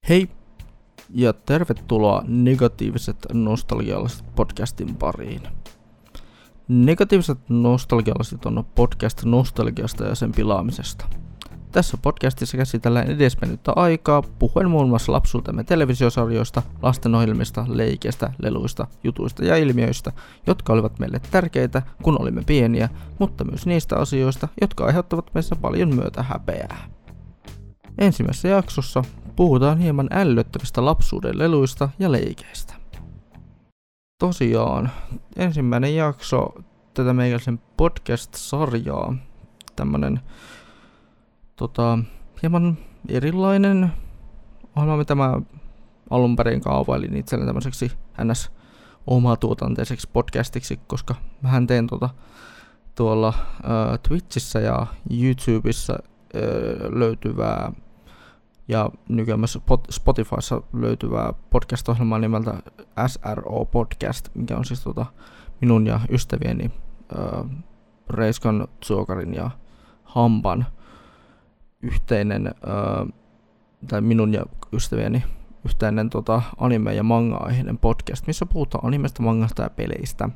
Hei ja tervetuloa Negatiiviset nostalgialliset podcastin pariin. Negatiiviset nostalgialliset on podcast nostalgiasta ja sen pilaamisesta. Tässä podcastissa käsitellään edesmennyttä aikaa, puhuen muun muassa lapsuutemme televisiosarjoista, lastenohjelmista, leikeistä, leluista, jutuista ja ilmiöistä, jotka olivat meille tärkeitä, kun olimme pieniä, mutta myös niistä asioista, jotka aiheuttavat meissä paljon myötähäpeää. Ensimmäisessä jaksossa puhutaan hieman ällöttävistä lapsuuden leluista ja leikeistä. Tosiaan, ensimmäinen jakso tätä meikäläisen podcast-sarjaa, tämmönen hieman erilainen ohjelma, mitä mä alun perin kaavailin itselleni tämmöiseksi ns. Omatuotanteiseksi podcastiksi, koska mähän teen tuolla Twitchissä ja YouTubessa löytyvää ja nykyään myös Spotifyssa löytyvää podcast-ohjelmaa nimeltä SRO Podcast, mikä on siis minun ja ystävieni Reiskan, Zuokarin ja Hampan yhteinen, tai minun ja ystävieni yhteinen anime- ja manga-aiheinen podcast, missä puhutaan animesta, mangasta ja peleistä.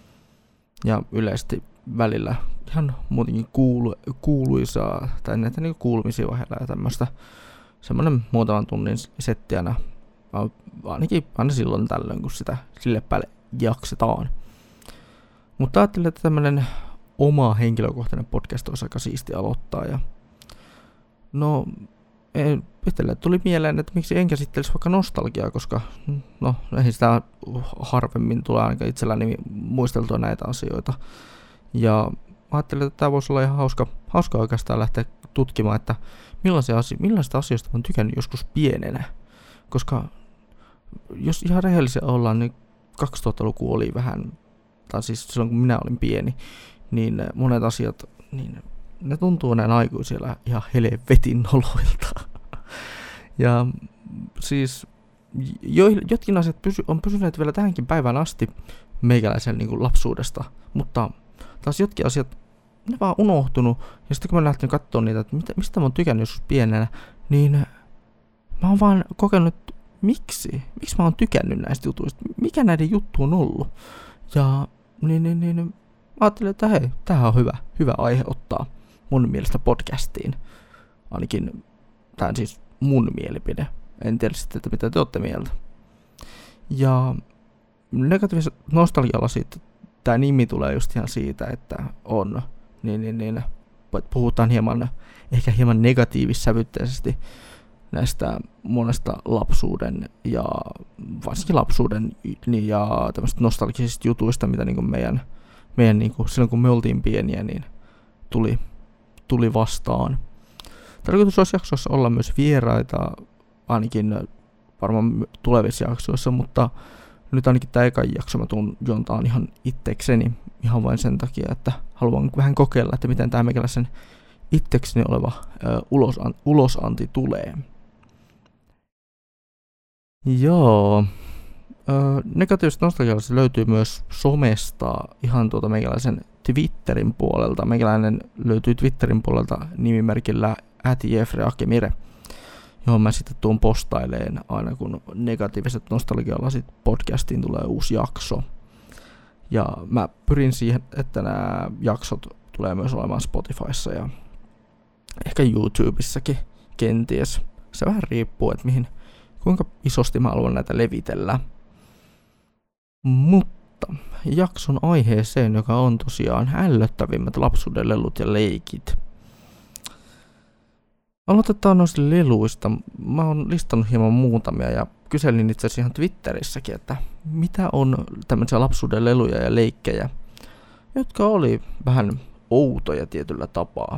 Ja yleisesti välillä ihan muutenkin kuuluisaa, tai näitä niinku kuulumisia vaiheilla ja tämmöistä. Semmoinen muutaman tunnin settiänä, ainakin aina silloin tällöin, kun sitä sille päälle jaksetaan. Mutta ajattelin, että tämmöinen oma henkilökohtainen podcast olisi aika siisti aloittaa. Ja no, itselle tuli mieleen, että miksi en käsittelisi vaikka nostalgiaa, koska no, ei sitä harvemmin tule ainakaan itselläni muisteltua näitä asioita. Ja ajattelin, että tämä voisi olla ihan hauska oikeastaan lähteä tutkimaan, että millaisista asioista mä oon tykännyt joskus pienenä. Koska jos ihan rehellisiä ollaan, niin 2000-luku oli vähän, tai siis silloin kun minä olin pieni, niin monet asiat, niin ne tuntuu näin aikuisilla ihan helvetin noloilta. Ja siis jotkin asiat on pysyneet vielä tähänkin päivään asti meikäläisen niin kuin lapsuudesta, mutta taas jotkin asiat, ne vaan unohtunut, ja sitten kun mä lähtin katsomaan niitä, että mistä mä oon tykännyt joskus pienenä, niin mä oon vaan kokenut, miksi mä oon tykännyt näistä jutuista, mikä näiden juttu on ollut. Ja niin ajattelin, että hei, tämähän on hyvä aihe ottaa mun mielestä podcastiin. Ainakin, tää on siis mun mielipide. En tiedä sitten, että mitä te olette mieltä. Ja negatiiviset nostalgialasit, tää nimi tulee just ihan siitä, että on, niin puhutaan ehkä hieman negatiivissävytteisesti näistä monesta lapsuuden ja varsinkin lapsuuden ja tämmöistä nostalgisista jutuista, mitä niin kuin meidän niin kuin silloin kun me oltiin pieniä, niin tuli vastaan. Tarkoitus olisi jaksossa olla myös vieraita, ainakin varmaan tulevissa jaksoissa, mutta nyt ainakin tämä eka jakso mä tuun juontaan ihan itsekseni, ihan vain sen takia, että haluan vähän kokeilla, että miten tämä meikäläisen itsekseni oleva ulosanti tulee. Joo. Negatiiviset nostalgialliset löytyy myös somesta ihan meikäläisen Twitterin puolelta. Meikäläinen löytyy Twitterin puolelta nimimerkillä @jefreakemire, johon mä sitten tuun postaileen aina kun negatiiviset nostalgialasit podcastiin tulee uusi jakso. Ja mä pyrin siihen, että nämä jaksot tulee myös olemaan Spotifyssa ja ehkä YouTubessakin kenties. Se vähän riippuu, että kuinka isosti mä haluan näitä levitellä. Mutta jakson aiheeseen, joka on tosiaan ällöttävimmät lapsuuden lelut ja leikit. Aloitetaan noista leluista. Mä oon listannut hieman muutamia ja kyselin itse asiassa ihan Twitterissäkin, että mitä on tämmöisiä lapsuuden leluja ja leikkejä, jotka oli vähän outoja tietyllä tapaa.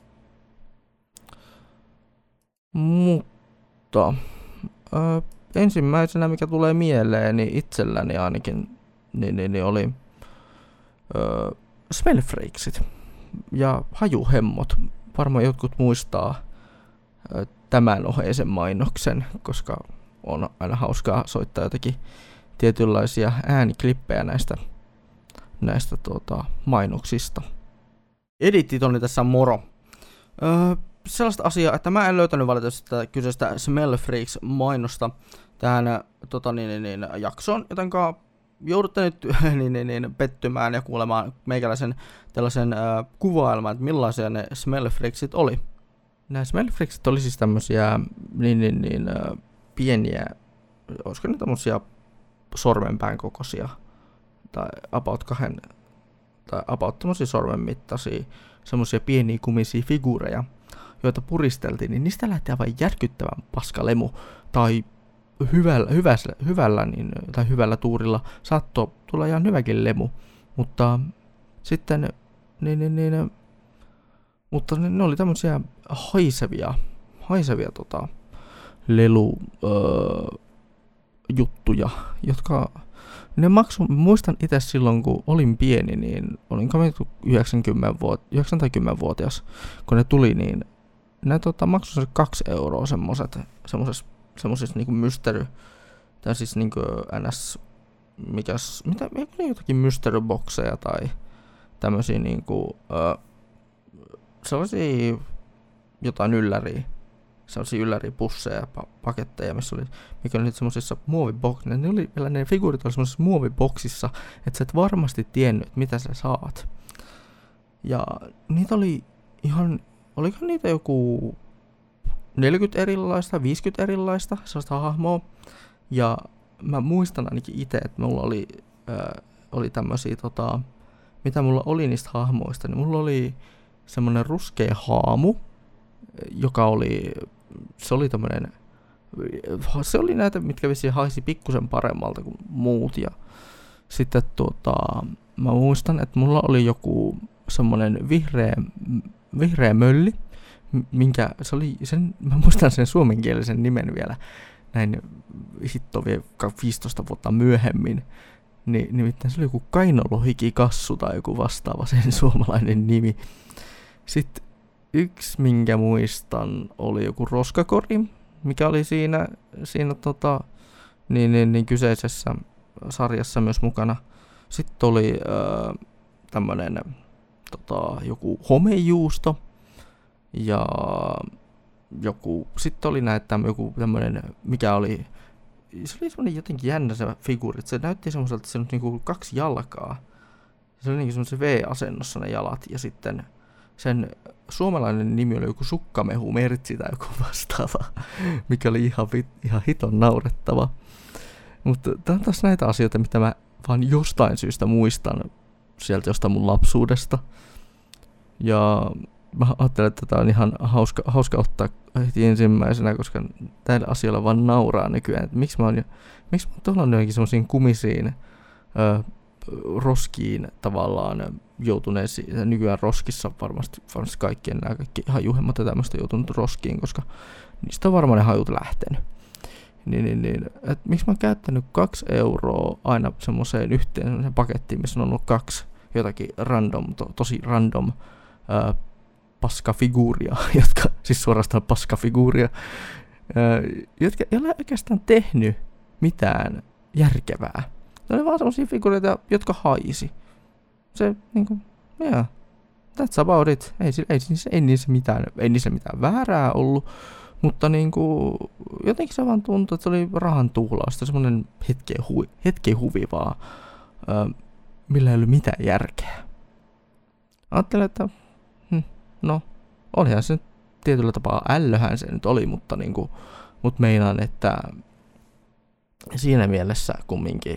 Mutta ensimmäisenä, mikä tulee mieleen, niin itselläni ainakin, niin oli smellfreaksit ja hajuhemmot. Varmaan jotkut muistaa tämän oheisen mainoksen, koska on aina hauskaa soittaa jotakin tietynlaisia ääniklippejä näistä mainoksista. Editit oli tässä moro. sellaista asiaa, että mä en löytänyt valitettavasti tätä kyseistä Smell Freaks-mainosta tähän jaksoon, jotenka joudutte nyt pettymään ja kuulemaan meikäläisen tällaisen kuvailman, että millaisia ne Smell Freaksit oli. Nämä Smell Freaksit oli siis tämmösiä pieniä, olisiko ne tämmösiä sormenpään kokoisia, tai about tämmösiä sormen mittaisia, semmosia pieniä kumisia figuureja, joita puristeltiin, niin niistä lähti aivan järkyttävän paskalemu, tai hyvällä tuurilla saattoi tulla ihan hyväkin lemu, mutta sitten mutta ne oli tämmösiä haisevia lelu juttuja, jotka ne muistan itse silloin, kun olin pieni, niin olin 9 tai 10-vuotias, kun ne tuli, niin ne maksoi 2 € semmoisessa niinku mystery, tai siis niinku ns, mitä jotakin mystery-bokseja tai tämmösiä niinku sellaisia jotain sellaisia ylläripusseja ja paketteja, mikä oli nyt semmosissa muoviboksissa. Ne figuurit oli semmosissa muoviboksissa, että sä et varmasti tiennyt, mitä sä saat. Ja niitä oli oliko niitä joku 40 erilaista, 50 erilaista sellaista hahmoa. Ja mä muistan ainakin itse, että mulla oli tämmösiä, mitä mulla oli niistä hahmoista, niin mulla oli semmonen ruskea haamu, joka se oli näitä, mitkä vissiin haisi pikkusen paremmalta kuin muut, ja sitten mä muistan, että mulla oli joku semmonen vihreä mölli, mä muistan sen suomenkielisen nimen vielä, näin hittovia 15 vuotta myöhemmin, nimittäin se oli joku kainolohikikassu tai joku vastaava sen suomalainen nimi. Sitten yksi, minkä muistan, oli joku roskakori, mikä oli siinä kyseisessä sarjassa myös mukana. Sitten oli tämmönen joku homejuusto ja sitten oli joku tämmönen, mikä oli, se oli semmonen jotenkin jännä se figuuri, se näytti semmoiselta, että se on niinku 2 jalkaa. Se oli niinku semmoisen V-asennossa ne jalat, ja sitten sen suomalainen nimi oli joku Sukkamehu Mertsi tai joku vastaava, mikä oli ihan hiton naurettava. Mutta tää on taas näitä asioita, mitä mä vaan jostain syystä muistan sieltä jostain mun lapsuudesta. Ja mä ajattelen, että tää on ihan hauska ottaa heti ensimmäisenä, koska tällä asialla vaan nauraa nykyään. Että miksi mä oon tuolla jotenkin semmosiin kumisiin roskiin tavallaan joutuneisiin. Nykyään roskissa varmasti kaikki hajuhemmat ja tämmöistä on joutunut roskiin, koska niistä on varmaan ne hajut lähtenyt. Et miksi mä oon käyttänyt 2 € aina semmoiseen yhteen pakettiin, missä on ollut 2 jotakin tosi random paskafiguuria, jotka siis suorastaan paskafiguuria, jotka ei ole oikeastaan tehnyt mitään järkevää. Ne oli vaan semmosia figuureita, jotka haisi. Se niinku, that's about it. Ei niissä mitään väärää ollut, mutta niinku, jotenkin se vaan tuntui, että se oli rahan tuhlausta, semmonen hetken huvi vaan, millä ei ollut mitään järkeä. Ajattelin, että olihan se nyt tietyllä tapaa ällöhän se nyt oli, mutta meinaan, että siinä mielessä kumminkin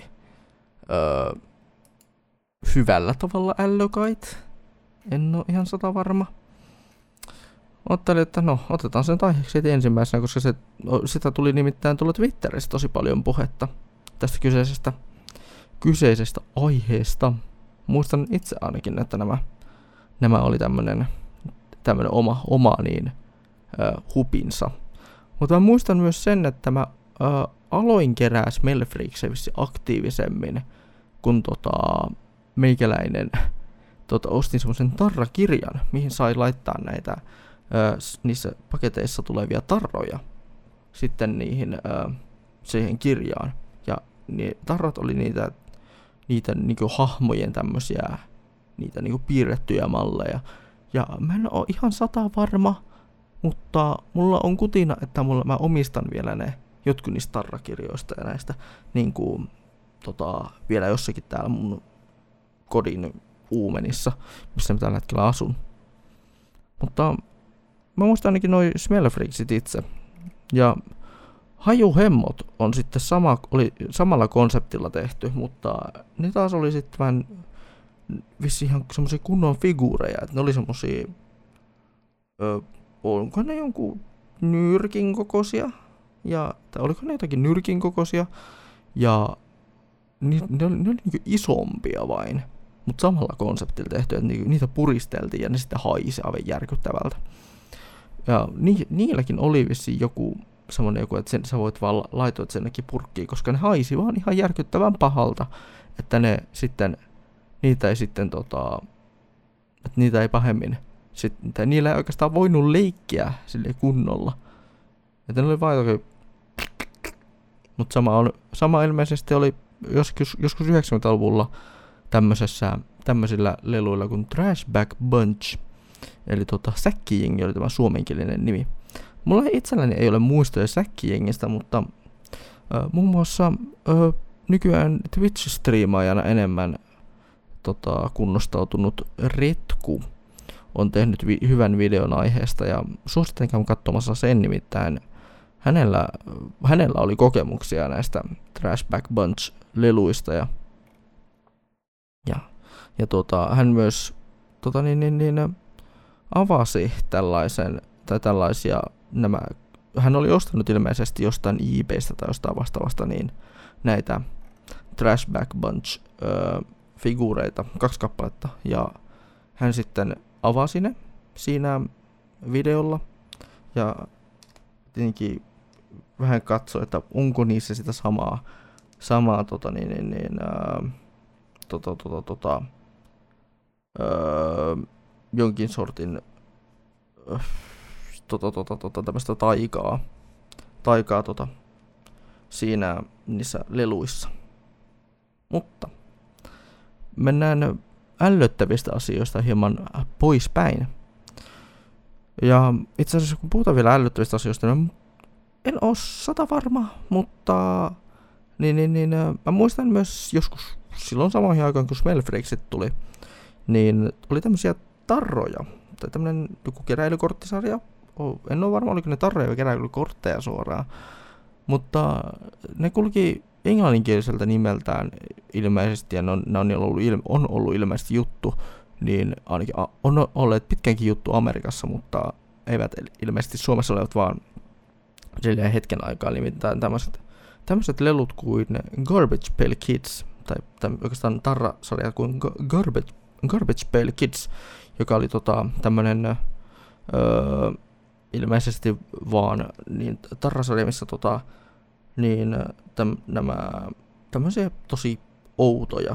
hyvällä tavalla ällökait. En oo ihan 100% varma. Ottelin, että otetaan sen aiheeksi ensimmäisenä, koska sitä tuli nimittäin tullut Twitterissä tosi paljon puhetta tästä kyseisestä aiheesta. Muistan itse ainakin, että nämä oli tämmönen oma hupinsa. Mutta mä muistan myös sen, että mä aloin kerää Smell Freaksia aktiivisemmin, kun meikäläinen ostin semmoisen tarrakirjan, mihin sai laittaa näitä niissä paketeissa tulevia tarroja sitten siihen kirjaan. Ja tarrat oli niitä niinku hahmojen tämmösiä, niitä niinku piirrettyjä malleja. Ja mä en oo ihan 100% varma, mutta mulla on kutina, että mä omistan vielä ne jotkut niistä tarrakirjoista ja näistä niinku, vielä jossakin täällä mun kodin uumenissa, missä mä tällä hetkellä asun. Mutta mä muistan ainakin noi Smellfreaksit itse. Ja hajuhemmot on sitten oli samalla konseptilla tehty, mutta ne taas oli sitten vähän vissiin ihan semmosia kunnon figuureja, että ne oli semmosia, onko ne jonkun nyrkin kokoisia, tai oliko ne jotakin nyrkin kokoisia, ja ne oli niinku isompia vain, mutta samalla konseptilla tehty, että niitä puristeltiin ja ne sitten haisi aivan järkyttävältä. Ja niilläkin oli vissiin joku, että sä voit vaan laitoa sen purkkiin, koska ne haisi vaan ihan järkyttävän pahalta, että niitä ei pahemmin, tai niillä ei oikeastaan voinut leikkiä silleen kunnolla. Että ne oli vaan jotakin, mutta sama ilmeisesti oli joskus 90-luvulla tämmöisillä leluilla kuin Trashback Bunch, eli säkkijengi oli tämä suomenkielinen nimi. Mulla itselläni ei ole muistoja säkkijengistä, mutta muun muassa nykyään Twitch-striimaajana enemmän kunnostautunut Retku on tehnyt hyvän videon aiheesta ja suosittelen käyn katsomassa sen, nimittäin hänellä oli kokemuksia näistä Trashback Bunch-leluista ja hän myös avasi tällaisia hän oli ostanut ilmeisesti jostain eBaystä tai jostain vastaavasta niin näitä Trashback Bunch figuureita, 2 kappaletta, ja hän sitten avasi ne siinä videolla ja tietenkin vähän katsoi, että onko niissä sitä samaa jonkin sortin tämmöistä taikaa siinä niissä leluissa. Mutta mennään ällöttävistä asioista hieman poispäin. Ja itse asiassa kun puhutaan vielä ällöttävistä asioista, niin en oo 100 varma, mutta mä muistan myös joskus silloin samoihin aikaan, kun Smellfreaksit tuli, niin oli tämmöisiä tarroja, tai tämmönen joku keräilykorttisarja. En ole varma, oliko ne tarroja vai keräilykortteja suoraan, mutta ne kulki englanninkieliseltä nimeltään ilmeisesti, ja ne on ollut ilmeisesti juttu, niin ainakin on olleet pitkänkin juttu Amerikassa, mutta eivät ilmeisesti Suomessa olevat vaan silleen hetken aikaa, nimittäin tämmöiset lelut kuin Garbage Pail Kids, tai oikeastaan tarrasarja kuin Garbage Pail Kids, joka oli tämmönen ilmeisesti vaan niin tarrasarja, missä nämä tämmöisiä tosi outoja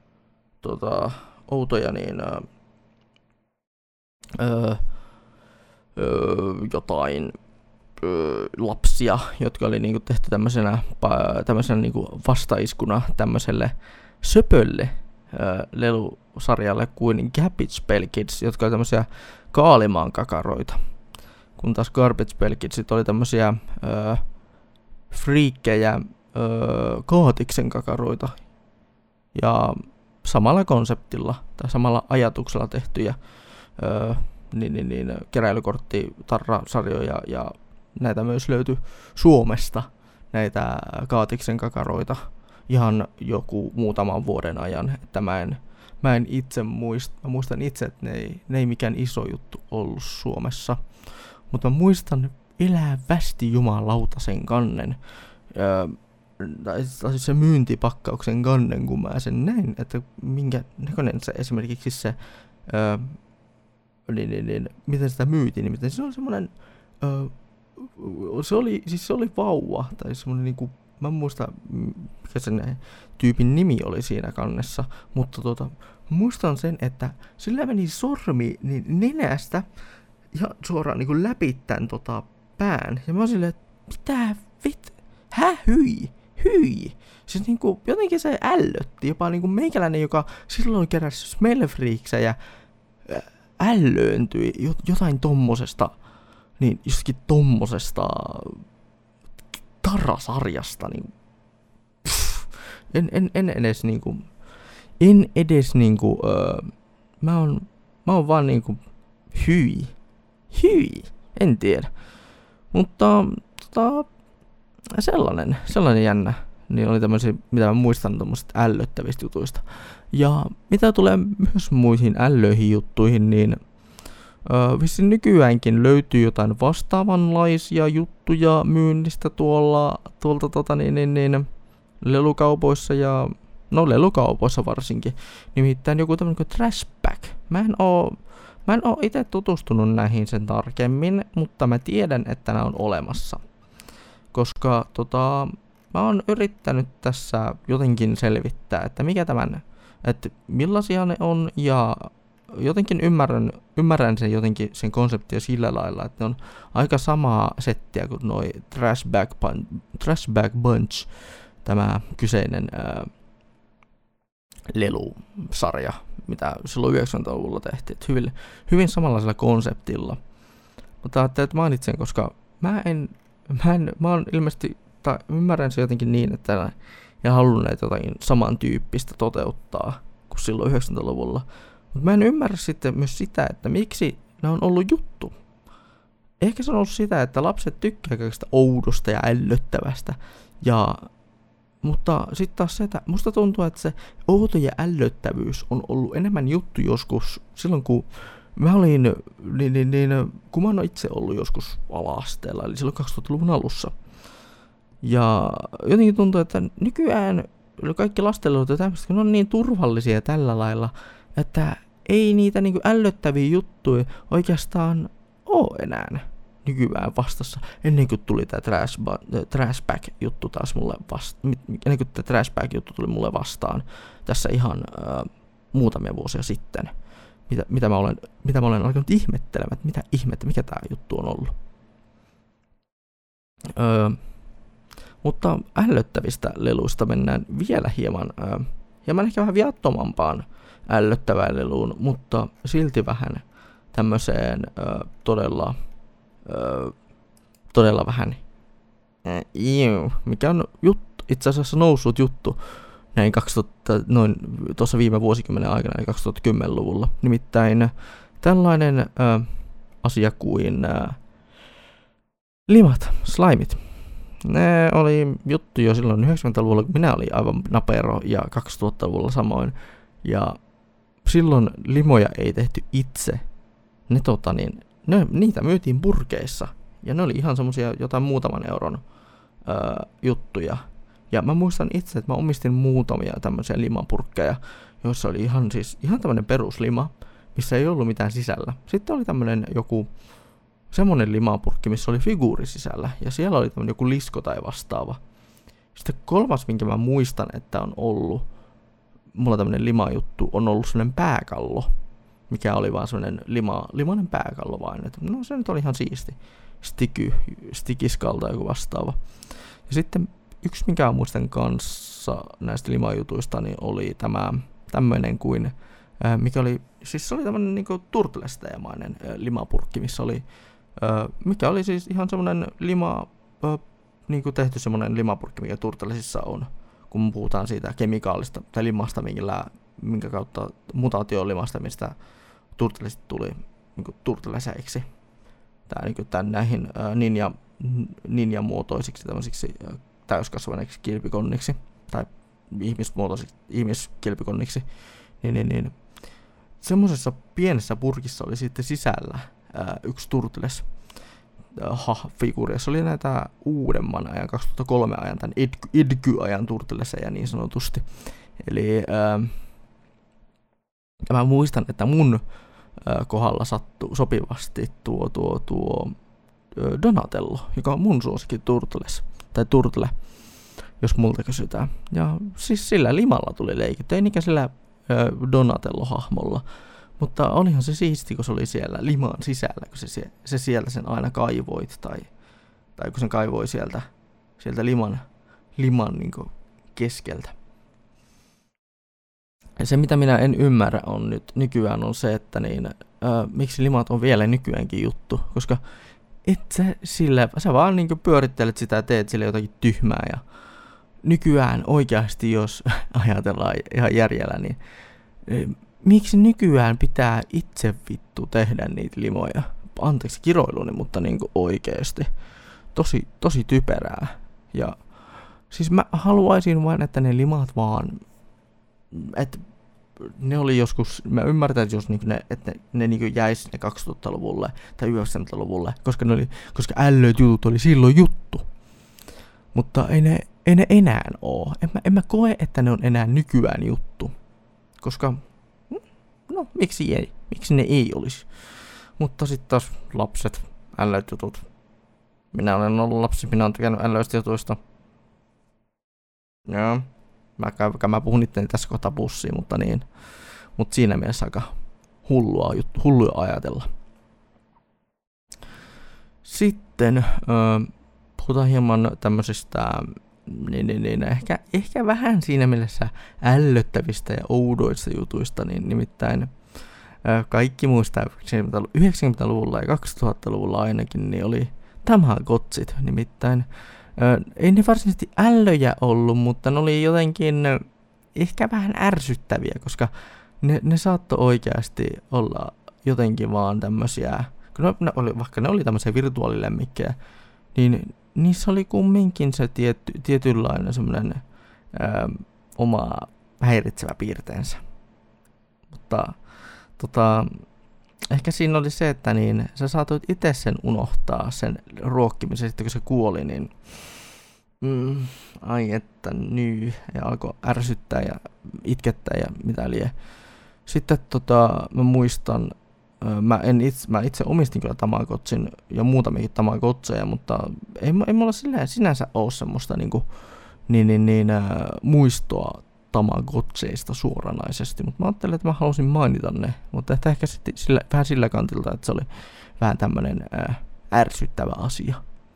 jotain lapsia, jotka oli niinku tehty tämmöisenä niinku vastaiskuna tämmöiselle söpölle lelusarjalle kuin Garbage Pail Kids, jotka oli tämmöisiä kaalimaan kakaroita. Kun taas Garbage Pail Kidsit oli tämmöisiä friikkejä kaatiksen kakaroita. Ja samalla konseptilla tai samalla ajatuksella tehtyjä keräilykorttitarrasarjoja, ja näitä myös löytyi Suomesta, näitä kaatiksen kakaroita, ihan joku muutaman vuoden ajan. Että mä en itse muistan itse, että ne ei mikään iso juttu ollut Suomessa. Mutta mä muistan elävästi jumalauta sen kannen, tai se myyntipakkauksen kannen, kun mä sen näin, että minkä näköinen se esimerkiksi se, miten sitä myytiin, nimittäin se oli semmoinen, se oli vauva, tai semmoinen niinku, mä en muista, mikä sen tyypin nimi oli siinä kannessa, mutta muistan sen, että sillä meni sormi nenästä ja suoraan niinku läpi tän pään, ja mä oon silleen, että mitä hyi. Siis niinku, jotenkin se ällötti, jopa niinku meikäläinen, joka silloin keräsi Smellfreaksejä, ällööntyi jotain tommosesta niin jostakin tommosesta tarasarjasta, niin en edes niinku, mä oon vaan niinku, hyi, en tiedä. Mutta sellainen jännä, niin oli tämmöisiä, mitä mä muistan tommosista ällöttävistä jutuista. Ja mitä tulee myös muihin ällöihin juttuihin, niin vissiin nykyäänkin löytyy jotain vastaavanlaisia juttuja myynnistä tuolta lelukaupoissa ja lelukaupoissa varsinkin. Nimittäin joku tämmönen kuin trash bag. Mä en oo itse tutustunut näihin sen tarkemmin, mutta mä tiedän, että nämä on olemassa. Koska mä oon yrittänyt tässä jotenkin selvittää, että että millaisia ne on, ja jotenkin ymmärrän sen konseptia sillä lailla, että ne on aika samaa settiä kuin noi Trash Bag Bunch, tämä kyseinen lelusarja, mitä silloin 90-luvulla tehtiin, että hyvin samanlaisella konseptilla. Mutta ajattelin, että mainitsen, koska mä oon ilmeisesti, tai ymmärrän se jotenkin niin, että ja halunneet jotain samantyyppistä toteuttaa kuin silloin 90-luvulla. Mutta mä en ymmärrä sitten myös sitä, että miksi nämä on ollut juttu. Ehkä se on ollut sitä, että lapset tykkää kaikista oudosta ja ällöttävästä. Mutta sitten taas se, että musta tuntuu, että se outo ja ällöttävyys on ollut enemmän juttu joskus silloin, kun mä olin, kun mä oon itse ollut joskus ala-asteella, eli silloin 2000-luvun alussa. Ja jotenkin tuntuu, että nykyään kaikki lastenlelut ja tämmöiset, ne on niin turvallisia tällä lailla, että ei niitä niinku ällöttäviä juttuja oikeastaan oo enää nykyään vastassa. Ennen kuin tuli tää trash bag juttu taas mulle ennen kuin tää trash bag juttu tuli mulle vastaan tässä ihan muutamia vuosia sitten. Mitä mä olen alkanut ihmettelemään, että mikä tää juttu on ollut. Mutta ällöttävistä leluista mennään vielä hieman ehkä vähän viattomampaan ällöttävään leluun, mutta silti vähän tämmöiseen todella vähän mikä on itse asiassa noussut juttu näin tuossa viime vuosikymmenen aikana, eli 2010-luvulla. Nimittäin tällainen asia kuin limat, slimeit. Ne oli juttu jo silloin 90-luvulla, kun minä olin aivan napero, ja 2000-luvulla samoin. Ja silloin limoja ei tehty itse. Niitä myytiin purkeissa. Ja ne oli ihan semmosia jotain muutaman euron juttuja. Ja mä muistan itse, että mä omistin muutamia tämmöisiä limapurkkeja, joissa oli ihan tämmönen peruslima, missä ei ollut mitään sisällä. Sitten oli tämmönen joku semmonen limapurkki, missä oli figuuri sisällä, ja siellä oli tämmönen joku lisko tai vastaava. Sitten kolmas, minkä mä muistan, että on ollut, mulla tämmönen limajuttu, on ollut semmonen pääkallo, mikä oli vaan semmonen limainen pääkallo vain. Et no se nyt oli ihan siisti. Stikiskalta joku vastaava. Ja sitten yksi, minkä mä muistan kanssa näistä limajutuista, niin oli tämmönen kuin, mikä oli, siis se oli tämmönen niinku Turtles-teemainen limapurkki, mikä oli siis ihan semmonen niinku tehty semmonen limapurkki, mikä Turtlesissa on, kun puhutaan siitä kemikaalista tai limasta, minkä kautta mutaatiolimasta, mistä Turtlesit tuli niinku Turtleseiksi. Tän näihin ninja-muotoisiksi tämmöisiksi täyskasvaneiksi kilpikonniksi tai ihmiskilpikonniksi, niin semmoisessa pienessä purkissa oli sitten sisällä yksi Turtles figuuri. Se oli näitä uudemman ajan, 2003 ajan, tämän Edgy-ajan Turtleseja niin sanotusti. Eli mä muistan, että mun kohdalla sattui sopivasti tuo Donatello, joka on mun suosikki Turtles, tai Turtle, jos multa kysytään. Ja siis sillä limalla tuli leikitty, ei niinkään sillä Donatello-hahmolla, mutta olihan se siisti, kun se oli siellä liman sisällä, kun se sieltä sen aina kaivoit, tai kun sen kaivoi sieltä liman niin kuin keskeltä. Ja se, mitä minä en ymmärrä nykyään on se, että miksi limat on vielä nykyäänkin juttu, koska sä vaan niinku pyörittelet sitä ja teet sille jotakin tyhmää ja nykyään oikeasti, jos ajatellaan ihan järjellä, niin miksi nykyään pitää itse vittu tehdä niitä limoja? Anteeksi kiroiluni, mutta niinku oikeesti. Tosi typerää. Ja siis mä haluaisin vain, että ne limat vaan, että ne oli joskus, mä ymmärtän, että jos niinku ne niinku jäisi ne 2000-luvulle tai 90-luvulle, koska ällöt jutut oli silloin juttu. Mutta ei ne enää oo. En mä koe, että ne on enää nykyään juttu. Koska, no miksi ei? Miksi ne ei olisi? Mutta sitten taas lapset, ällöt jutut. Minä olen ollut lapsi, minä olen tykännyt ällöistä jutuista. Joo. Mä puhun itteni tässä kohtaa bussiin, mutta niin. Mutta siinä mielessä aika hulluja ajatella. Sitten puhutaan hieman tämmöisistä ehkä vähän siinä mielessä ällöttävistä ja oudoista jutuista, niin nimittäin kaikki muistaa 90-luvulla ja 2000-luvulla ainakin, niin oli Tamagotsit, nimittäin ei ne varsinaisesti ällöjä ollut, mutta ne oli jotenkin ehkä vähän ärsyttäviä, koska ne saattoi oikeasti olla jotenkin vaan tämmöisiä, vaikka ne oli tämmöisiä virtuaalilemmikkejä, niin niissä oli kumminkin se tietynlainen semmoinen oma häiritsevä piirteensä. Mutta ehkä siinä oli se, että niin sä saatoit itse sen unohtaa, sen ruokkimisen, sitten kun se kuoli, niin ai että ja alkoi ärsyttää ja itkettää ja mitä lie. Sitten mä muistan, mä itse omistin kyllä Tamagotsin ja muutamiakin Tamagotseja, mutta ei mulla sinänsä ole semmoista muistoa Tamagotseista suoranaisesti, mutta mä ajattelin, että mä halusin mainita ne, mutta ehkä sitten vähän sillä kantilta, että se oli vähän tämmönen ärsyttävä asia.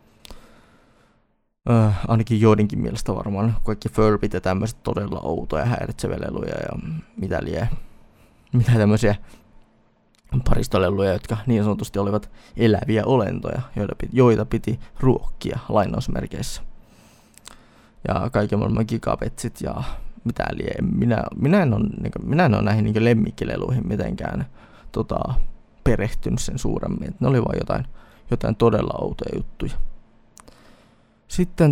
Ainakin joidenkin mielestä varmaan kaikki Furbyt ja tämmöiset todella outoja häiritseviä leluja ja mitä tämmöisiä paristoleluja, jotka niin sanotusti olivat eläviä olentoja, joita piti ruokkia lainausmerkeissä. Ja kaiken maailman gigabetsit ja mitä lie. Minä en ole näihin niin lemmikkileluihin mitenkään perehtynyt sen suuremmin. Et ne oli vaan jotain todella outoja juttuja. Sitten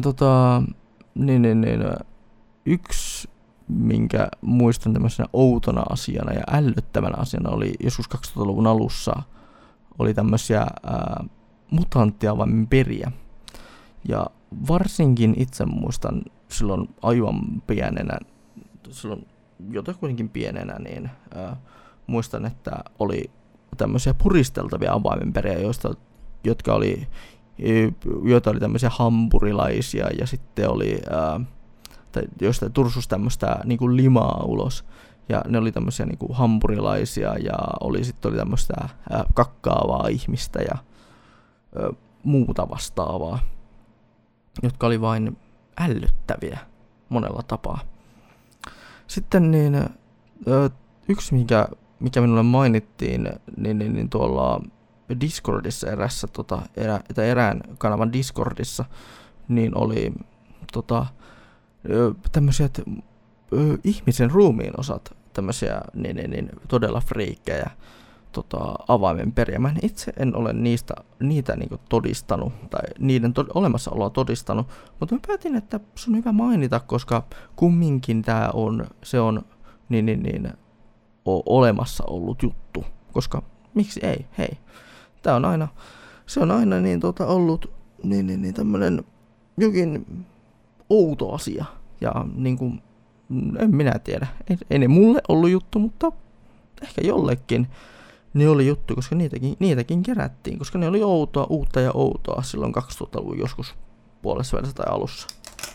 yksi, minkä muistan tämmöisenä outona asiana ja ällöttävänä asiana oli joskus 2000-luvun alussa oli tämmöisiä mutanttiavainperiä. Ja varsinkin itse muistan silloin aivan pienenä, jotenkin pienenä, niin muistan, että oli tämmöisiä puristeltavia avaimenperiä, joita oli tämmöisiä hampurilaisia ja sitten oli joista tursus tämmöistä niinku limaa ulos. Ja ne oli tämmöisiä niinku hampurilaisia ja sitten oli tämmöistä kakkaavaa ihmistä ja muuta vastaavaa, jotka oli vain ällöttäviä monella tapaa. Sitten yksi, mikä minulle mainittiin, niin tuolla Discordissa erään kanavan Discordissa, niin oli tämmöisiä ihmisen ruumiin osat, tämmöisiä todella friikkejä avaimenperiä. Mä itse en ole niitä niinku todistanut tai niiden olemassaoloa todistanut, mutta mä päätin, että se on hyvä mainita, koska kumminkin se on olemassa ollut juttu, koska miksi ei, hei. Se on aina ollut tämmönen jokin outo asia ja niinku en minä tiedä. Ei ne mulle ollut juttu, mutta ehkä jollekin ne oli juttu, koska niitäkin kerättiin, koska ne oli uutta ja outoa silloin 2000-luvun joskus puolessa välissä tai alussa.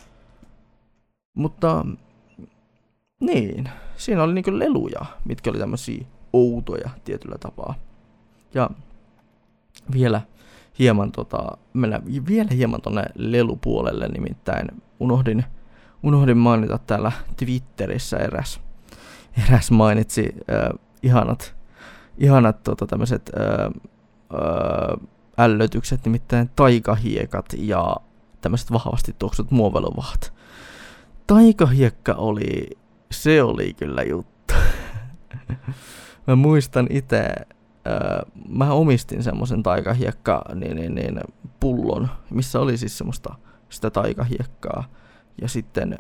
Mutta niin, siinä oli niinku leluja, mitkä oli tämmösiä outoja tietyllä tapaa. Ja vielä hieman mennään vielä hieman tonne lelupuolelle, nimittäin unohdin mainita täällä Twitterissä eräs mainitsi ihanat tämmöiset ällötykset, nimittäin taikahiekat ja tämmöiset vahvasti tuoksut muoveluvahat. Taikahiekka se oli kyllä juttu. Mä muistan itse, mä omistin semmoisen taikahiekka pullon, missä oli siis semmoista sitä taikahiekkaa ja sitten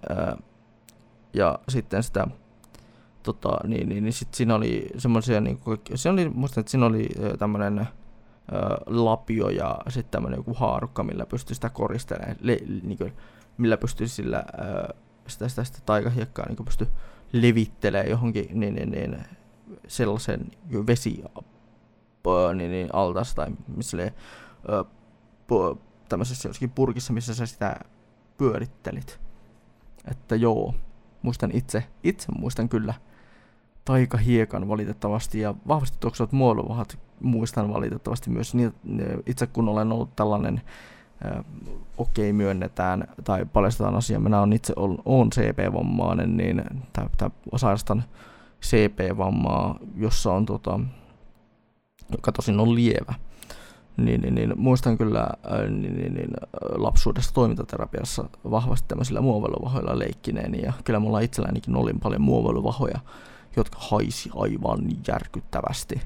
sitä sit siinä oli semmoisia se oli muistan, että siinä oli tämmönen lapio ja sitten tämmönen joku haarukka, millä pystyi sitä koristelemaan, millä pystyi sillä sitä taikahiekkaa pystyi levittelemään johonkin sellaisen vesi altaassa tai missä oli tämmöisessä jossakin purkissa, missä sä sitä pyörittelit. Että joo, muistan itse muistan kyllä taikahiekan valitettavasti ja vahvasti tuoksuvat muoveluvahat muistan valitettavasti myös itse kun olen ollut tällainen myönnetään tai paljastetaan asia, minä olen itse olen CP-vammainen, niin sairastan CP-vammaa, jossa on joka tosin on lievä. Niin muistan kyllä lapsuudessa toimintaterapiassa vahvasti tämmöisillä muoveluvahoilla leikkineeni ja kyllä mulla itsellänikin oli paljon muoveluvahoja, jotka haisi aivan järkyttävästi.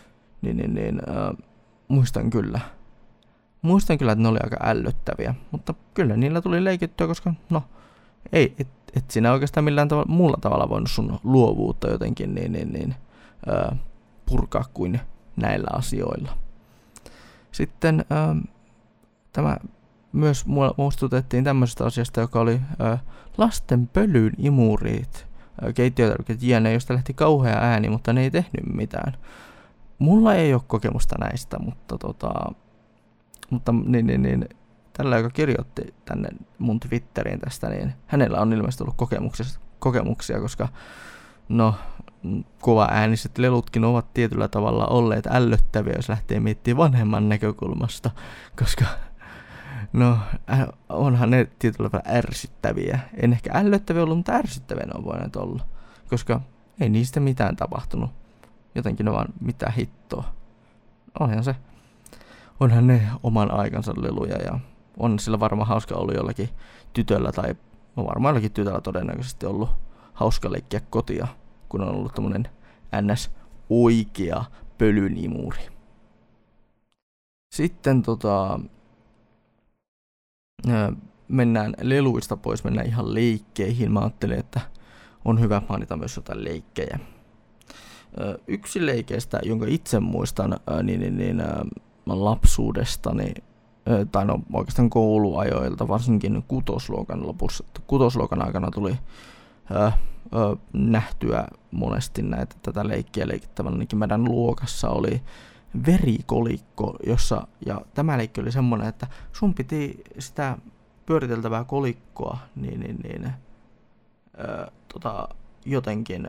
Muistan kyllä, että ne oli aika ällöttäviä, mutta kyllä niillä tuli leikittyä, koska et siinä oikeastaan millään muulla tavalla voinut sun luovuutta jotenkin purkaa kuin näillä asioilla. Sitten tämä myös muistutettiin tämmöisestä asiasta, joka oli lasten pölyn imurit, keittiötarvikkeet jne, josta lähti kauhea ääni, mutta ne ei tehnyt mitään. Mulla ei ole kokemusta näistä, mutta tällä, joka kirjoitti tänne mun Twitteriin tästä, niin hänellä on ilmeisesti ollut kokemuksia, koska kova ääniset lelutkin ovat tietyllä tavalla olleet ällöttäviä, jos lähtee miettimään vanhemman näkökulmasta, koska onhan ne tietyllä tavalla ärsyttäviä. En ehkä ällöttäviä ollut, mutta ärsyttäviä ne on voineet olla, koska ei niistä mitään tapahtunut. Jotenkin ne vaan mitään hittoa. Onhan ne oman aikansa leluja ja on sillä varmaan hauska ollut jollakin tytöllä tai varmaan jollakin tytöllä todennäköisesti ollut hauska leikkiä kotia, kun on ollut tommonen ns. Oikea pölynimuri. Sitten mennään leluista pois, mennään ihan leikkeihin. Mä ajattelin, että on hyvä mainita myös jotain leikkejä. Yksi leikeistä, jonka itse muistan lapsuudestani, tai oikeastaan kouluajoilta, varsinkin kutosluokan aikana tuli nähtyä monesti tätä leikkiä leikittävän. Ainakin meidän luokassa oli verikolikko, ja tämä leikki oli semmoinen, että sun piti sitä pyöriteltävää kolikkoa jotenkin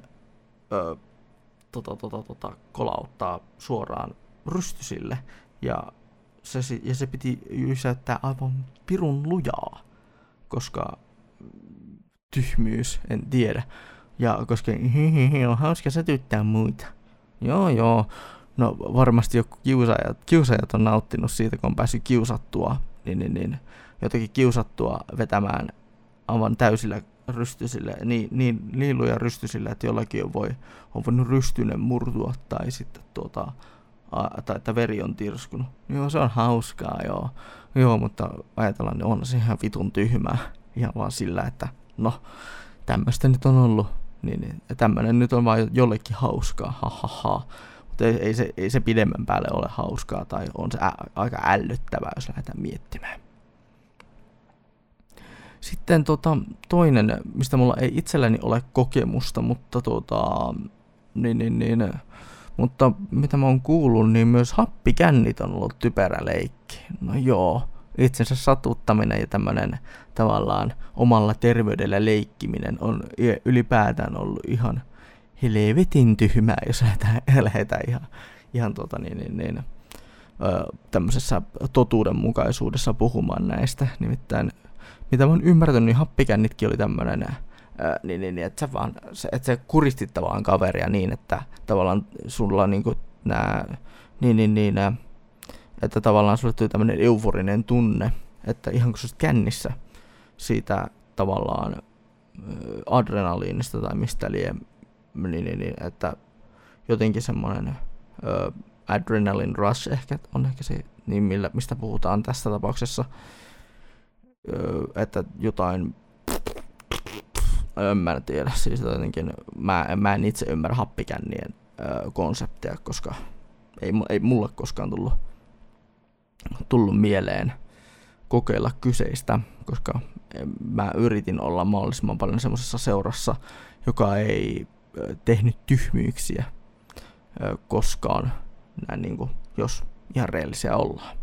kolauttaa suoraan rystysille, ja se piti jysäyttää aivan pirun lujaa, koska tyhmyys, en tiedä. Ja koska on hauska sätyttää muita. Joo. No varmasti joku kiusaajat on nauttinut siitä, kun on päässyt kiusattua, jotenkin kiusattua vetämään aivan täysillä rystysillä, niin liiluja rystysillä, että jollakin on voinut rystynen murtua tai sitten tai että veri on tirskunut. Joo, se on hauskaa, joo, mutta ajatellaan, että on se ihan vitun tyhmää. Ihan vaan sillä, että tämmöistä nyt on ollut. Niin tämmöinen nyt on vaan jollekin hauskaa, hahaha. Mutta ei se pidemmän päälle ole hauskaa, tai on se aika ällöttävää, jos lähdetään miettimään. Sitten toinen, mistä mulla ei itselläni ole kokemusta, mutta mutta mitä mä oon kuullut, niin myös happikännit on ollut typerä leikki. No joo, itsensä satuttaminen ja tämmönen tavallaan omalla terveydellä leikkiminen on ylipäätään ollut ihan helvetin tyhmää, jos lähdetään ihan tämmöisessä totuudenmukaisuudessa puhumaan näistä. Nimittäin, mitä mä oon ymmärtänyt, niin happikännitkin oli tämmönen että sä kuristit tavallaan kaveria niin, että tavallaan sulla niinku että tavallaan sulle tuli tämmönen euforinen tunne, että ihan kun sä olisit kännissä siitä tavallaan adrenaliinista tai mistä lie, että jotenkin semmoinen adrenaline rush ehkä on ehkä se, niin mistä puhutaan tässä tapauksessa, että jotain, mä en tiedä, siis jotenkin, mä en itse ymmärrä happikännien konseptia, koska ei mulle koskaan tullut mieleen kokeilla kyseistä, koska mä yritin olla mahdollisimman paljon semmoisessa seurassa, joka ei tehnyt tyhmyyksiä koskaan, näin niin kuin, jos ihan reellisiä ollaan.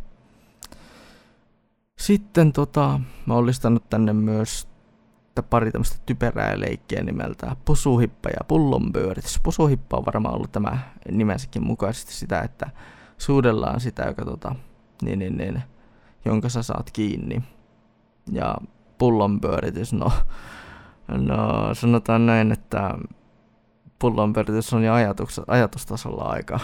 Sitten mä oon listannut tänne myös pari tämmöistä typerää leikkiä nimeltä Posuhippa ja Pullonpyöritys. Posuhippa on varmaan ollut tämä nimensäkin mukaisesti sitä, että suudellaan sitä, joka jonka sä saat kiinni. Ja pullonpyöritys, no sanotaan näin, että pullonpyöritys on jo ajatustasolla aika.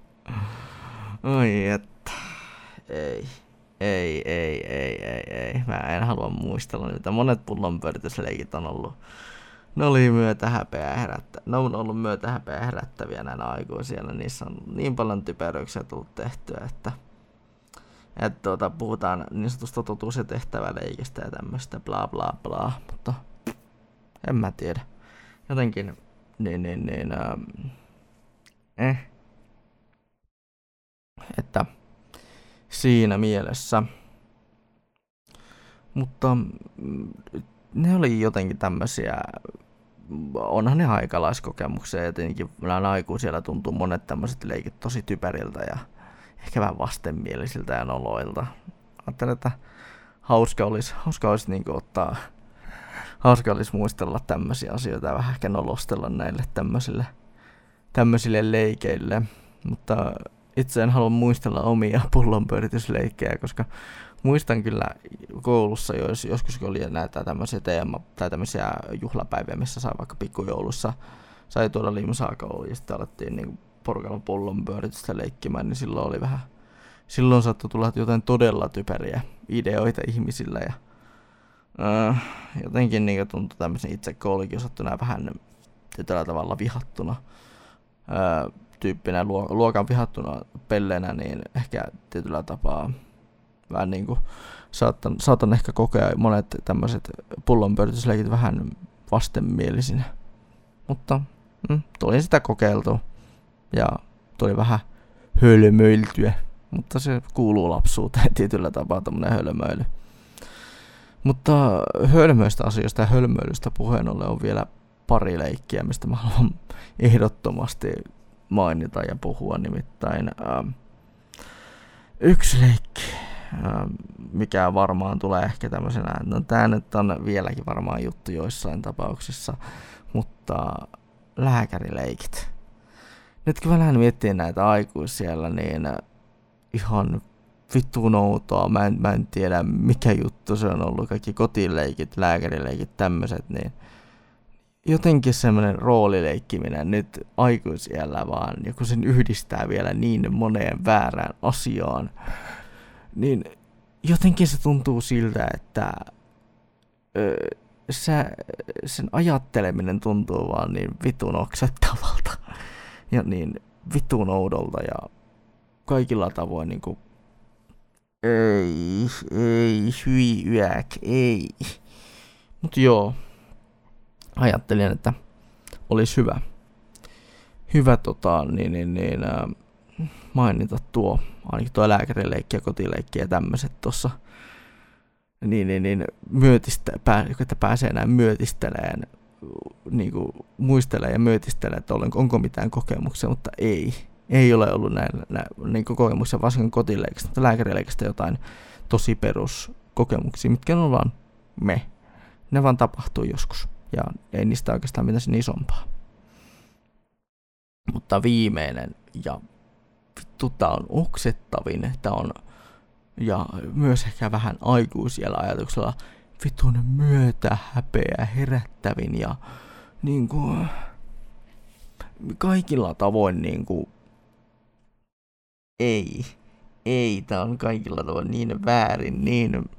Oi että, ei. Mä en halua muistella niitä. Monet pullonpyöritysleikit on ollut. Ne on ollut myötähäpeää herättäviä näinä aikuisilla. Niissä on niin paljon typeryyksiä tullut tehtyä, että puhutaan niin sanotusta totuus- ja tehtäväleikistä ja tämmöistä bla bla bla, mutta en mä tiedä. Jotenkin että siinä mielessä. Mutta ne oli jotenkin tämmöisiä, onhan ne aikalaiskokemuksia, ja tietenkin nämä aikuisilla tuntuu monet tämmöiset leikit tosi typeriltä ja ehkä vähän vastenmielisiltä ja noloilta. Ajattelin, että hauska olisi muistella tämmöisiä asioita ja vähän ehkä nolostella näille tämmöisille leikeille, mutta itse en halua muistella omia pullonpyöritysleikkejä, koska muistan kyllä koulussa, joskus oli näitä tämmöisiä tai tämmöisiä juhlapäiviä, missä sai vaikka pikkujoulussa sai tuoda limsaakouluun ja sitten alettiin niin porukalla pullonpyöritystä leikkimään, niin silloin saattoi tulla jotain todella typeriä ideoita ihmisillä ja jotenkin niin tuntui tämmöisen itse koulukiusattuna vähän tietyllä tavalla vihattuna tyyppinä, luokan vihattuna pelleenä, niin ehkä tietyllä tapaa vähän niin kuin saatan ehkä kokea monet tämmöiset pullonpyöritysleikit vähän vastenmielisinä. Mutta tuli sitä kokeiltua ja tuli vähän hölmöiltyä, mutta se kuuluu lapsuuteen tietyllä tapaa tämmöinen hölmöily. Mutta hölmöistä asioista ja hölmöilystä puheen ollen on vielä pari leikkiä, mistä mä haluan ehdottomasti mainita ja puhua, nimittäin yksi leikki, mikä varmaan tulee ehkä tämmöisenä, no tää nyt on vieläkin varmaan juttu joissain tapauksissa, mutta lääkärileikit. Nyt kun vähän miettii näitä aikuisia, niin ihan vittuun outoa, mä en tiedä mikä juttu se on ollut, kaikki kotileikit, lääkärileikit, tämmöiset, niin jotenkin semmoinen roolileikkiminen nyt aikuisiällä vaan, ja kun sen yhdistää vielä niin moneen väärään asiaan, niin jotenkin se tuntuu siltä, että sen ajatteleminen tuntuu vaan niin vitun oksettavalta ja niin vitun oudolta ja kaikilla tavoin niinku hyi yäk, ei. Mut joo, ajattelin, että olisi hyvä mainita tuo, ainakin tuo lääkärileikki ja kotileikki ja tämmöiset tossa, että pääsee näin myötisteleen, niinku muistelee ja myötistelee, että onko mitään kokemuksia, mutta ei ole ollut näin kokemuksia, varsinkin kotileikistä, mutta lääkärileikistä jotain tosi peruskokemuksia, mitkä on vaan ne vaan tapahtuu joskus, ja ei niistä oikeastaan mitään sen isompaa. Mutta viimeinen, ja vittu, tää on oksettavin, tää on, ja myös ehkä vähän aikuisella ajatuksella, vitun myötähäpeä herättävin, ja niinku kaikilla tavoin niinku ei ei, tää on kaikilla tavalla niin väärin, niin...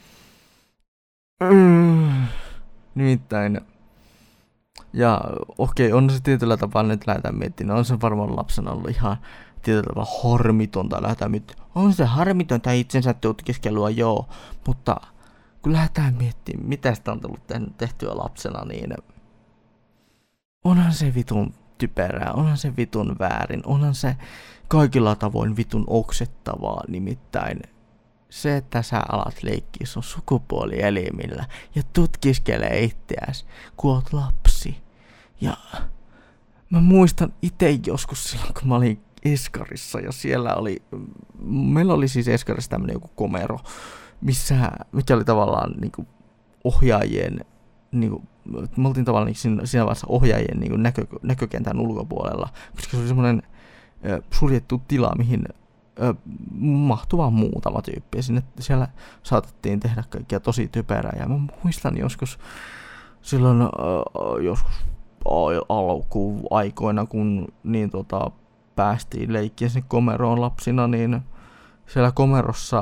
Nimittäin... Ja okei, on se tietyllä tapaa nyt lähdetään miettimään, on se varmaan lapsena ollut ihan tietyllä tavalla harmitonta lähdetään miettimään. On se harmitonta itsensä tutkiskelua, joo, mutta kun lähdetään miettimään, mitä sitä on tullut tehtyä lapsena, niin onhan se vitun typerää, onhan se vitun väärin, onhan se kaikilla tavoin vitun oksettavaa, nimittäin se, että sä alat leikkiä sun sukupuolielimillä ja tutkiskelee itseäsi, kun oot lapsi. Ja mä muistan itse joskus silloin, kun mä olin Eskarissa ja siellä meillä oli siis Eskarissa tämmönen joku komero, mikä oli tavallaan niinku ohjaajien, niinku, me oltiin tavallaan siinä vaiheessa ohjaajien niinku näkökentän ulkopuolella, koska se oli semmoinen suljettu tila, mihin mahtui vaan muutama tyyppi. Siellä saatettiin tehdä kaikkia tosi typerää. Ja mä muistan joskus silloin joskus alkuaikoina, kun niin päästiin leikkiä sinne komeroon lapsina, niin siellä komerossa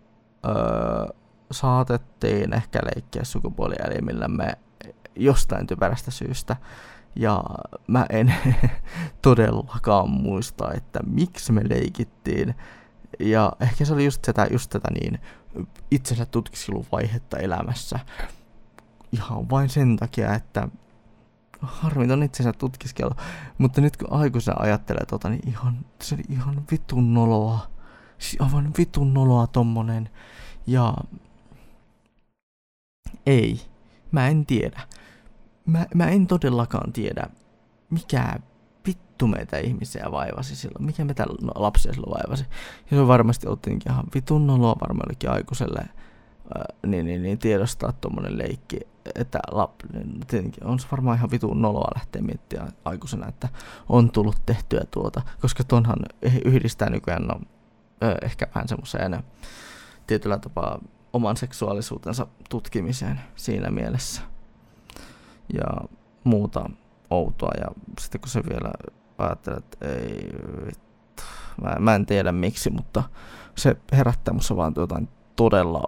saatettiin ehkä leikkiä sukupuolielimillämme jostain typerästä syystä. Ja mä en todellakaan muista, että miksi me leikittiin. Ja ehkä se oli just tätä niin itsensä tutkiskeluvaihetta elämässä. Ihan vain sen takia, että harmiton itsensä tutkiskelu. Mutta nyt kun aikuisena ajattelee niin se oli ihan vitun noloa. Siis aivan vitun noloa tommonen. Ja ei, mä en tiedä. Mä en todellakaan tiedä, mikä vittu meitä ihmisiä vaivasi silloin, mikä meitä lapsia silloin vaivasi. Ja se varmasti oltiinkin ihan vitun noloa varmaan jollekin aikuiselle niin tiedostaa tommonen leikki, että tietenkin on se varmaan ihan vitun noloa lähteä miettimään aikuisena, että on tullut tehtyä koska tonhan yhdistää nykyään ehkä vähän semmoiseen tietyllä tapaa oman seksuaalisuutensa tutkimiseen siinä mielessä. Ja muuta outoa, ja sitten kun se vielä ajattelee, että ei vittu, mä en tiedä miksi, mutta se herättää musta vaan jotain todella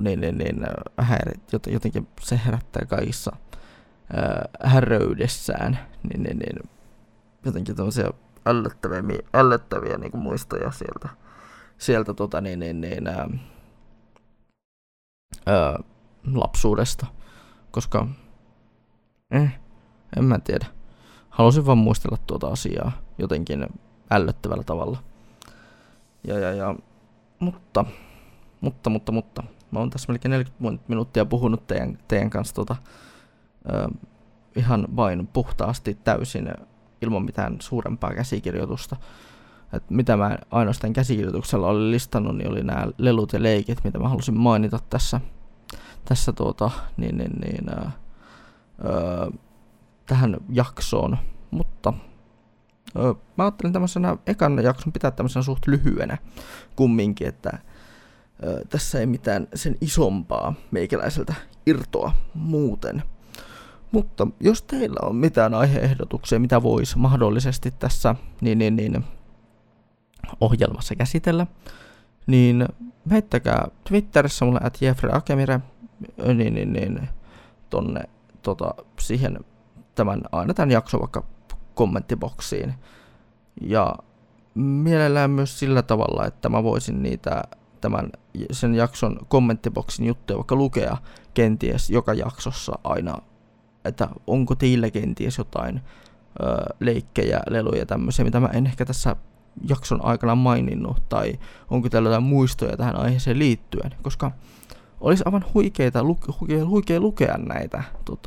jotenkin se herättää kaikissa häröydessään, jotenkin tämmöisiä ällöttäviä niin kuin muistoja sieltä lapsuudesta, koska en mä tiedä. Halusin vaan muistella asiaa jotenkin ällöttävällä tavalla. Mutta. Mä oon tässä melkein 40 minuuttia puhunut teidän kanssa ihan vain puhtaasti täysin ilman mitään suurempaa käsikirjoitusta. Et mitä mä ainoastaan käsikirjoituksella olin listannut, niin oli nämä lelut ja leikit, mitä mä halusin mainita tässä tähän jaksoon, mutta mä ajattelin tämmöisenä ekan jakson pitää tämmöisenä suht lyhyenä kumminkin, että tässä ei mitään sen isompaa meikäläiseltä irtoa muuten. Mutta jos teillä on mitään aiheehdotuksia, mitä voisi mahdollisesti tässä ohjelmassa käsitellä, niin heittäkää Twitterissä mulle @jeffreyakemire tonne siihen aina tämän jakson vaikka kommenttiboksiin. Ja mielellään myös sillä tavalla, että mä voisin sen jakson kommenttiboksin juttuja vaikka lukea kenties joka jaksossa aina, että onko teillä kenties jotain leikkejä, leluja tämmöisiä, mitä mä en ehkä tässä jakson aikana maininnut, tai onko teillä jotain muistoja tähän aiheeseen liittyen, koska olisi aivan huikea lukea näitä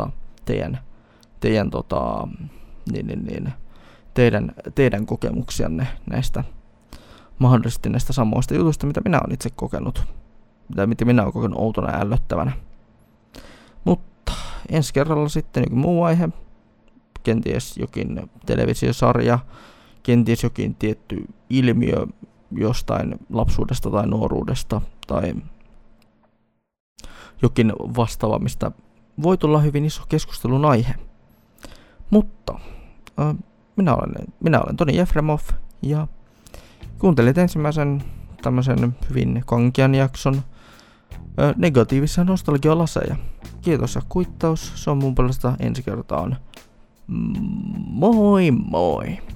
teidän kokemuksianne näistä mahdollisesti näistä samoista jutuista, mitä minä olen itse kokenut, mitä minä olen kokenut outona ja ällöttävänä. Mutta ensi kerralla sitten jokin muu aihe, kenties jokin televisiosarja, kenties jokin tietty ilmiö jostain lapsuudesta tai nuoruudesta tai jokin vastaava, mistä voi tulla hyvin iso keskustelun aihe. Mutta minä olen Toni Jefremov ja kuuntelit ensimmäisen tämmöisen hyvin kankean jakson negatiivisia nostalgialaseja. Kiitos ja kuittaus, se on mun puolesta ensi kertaan. Moi moi!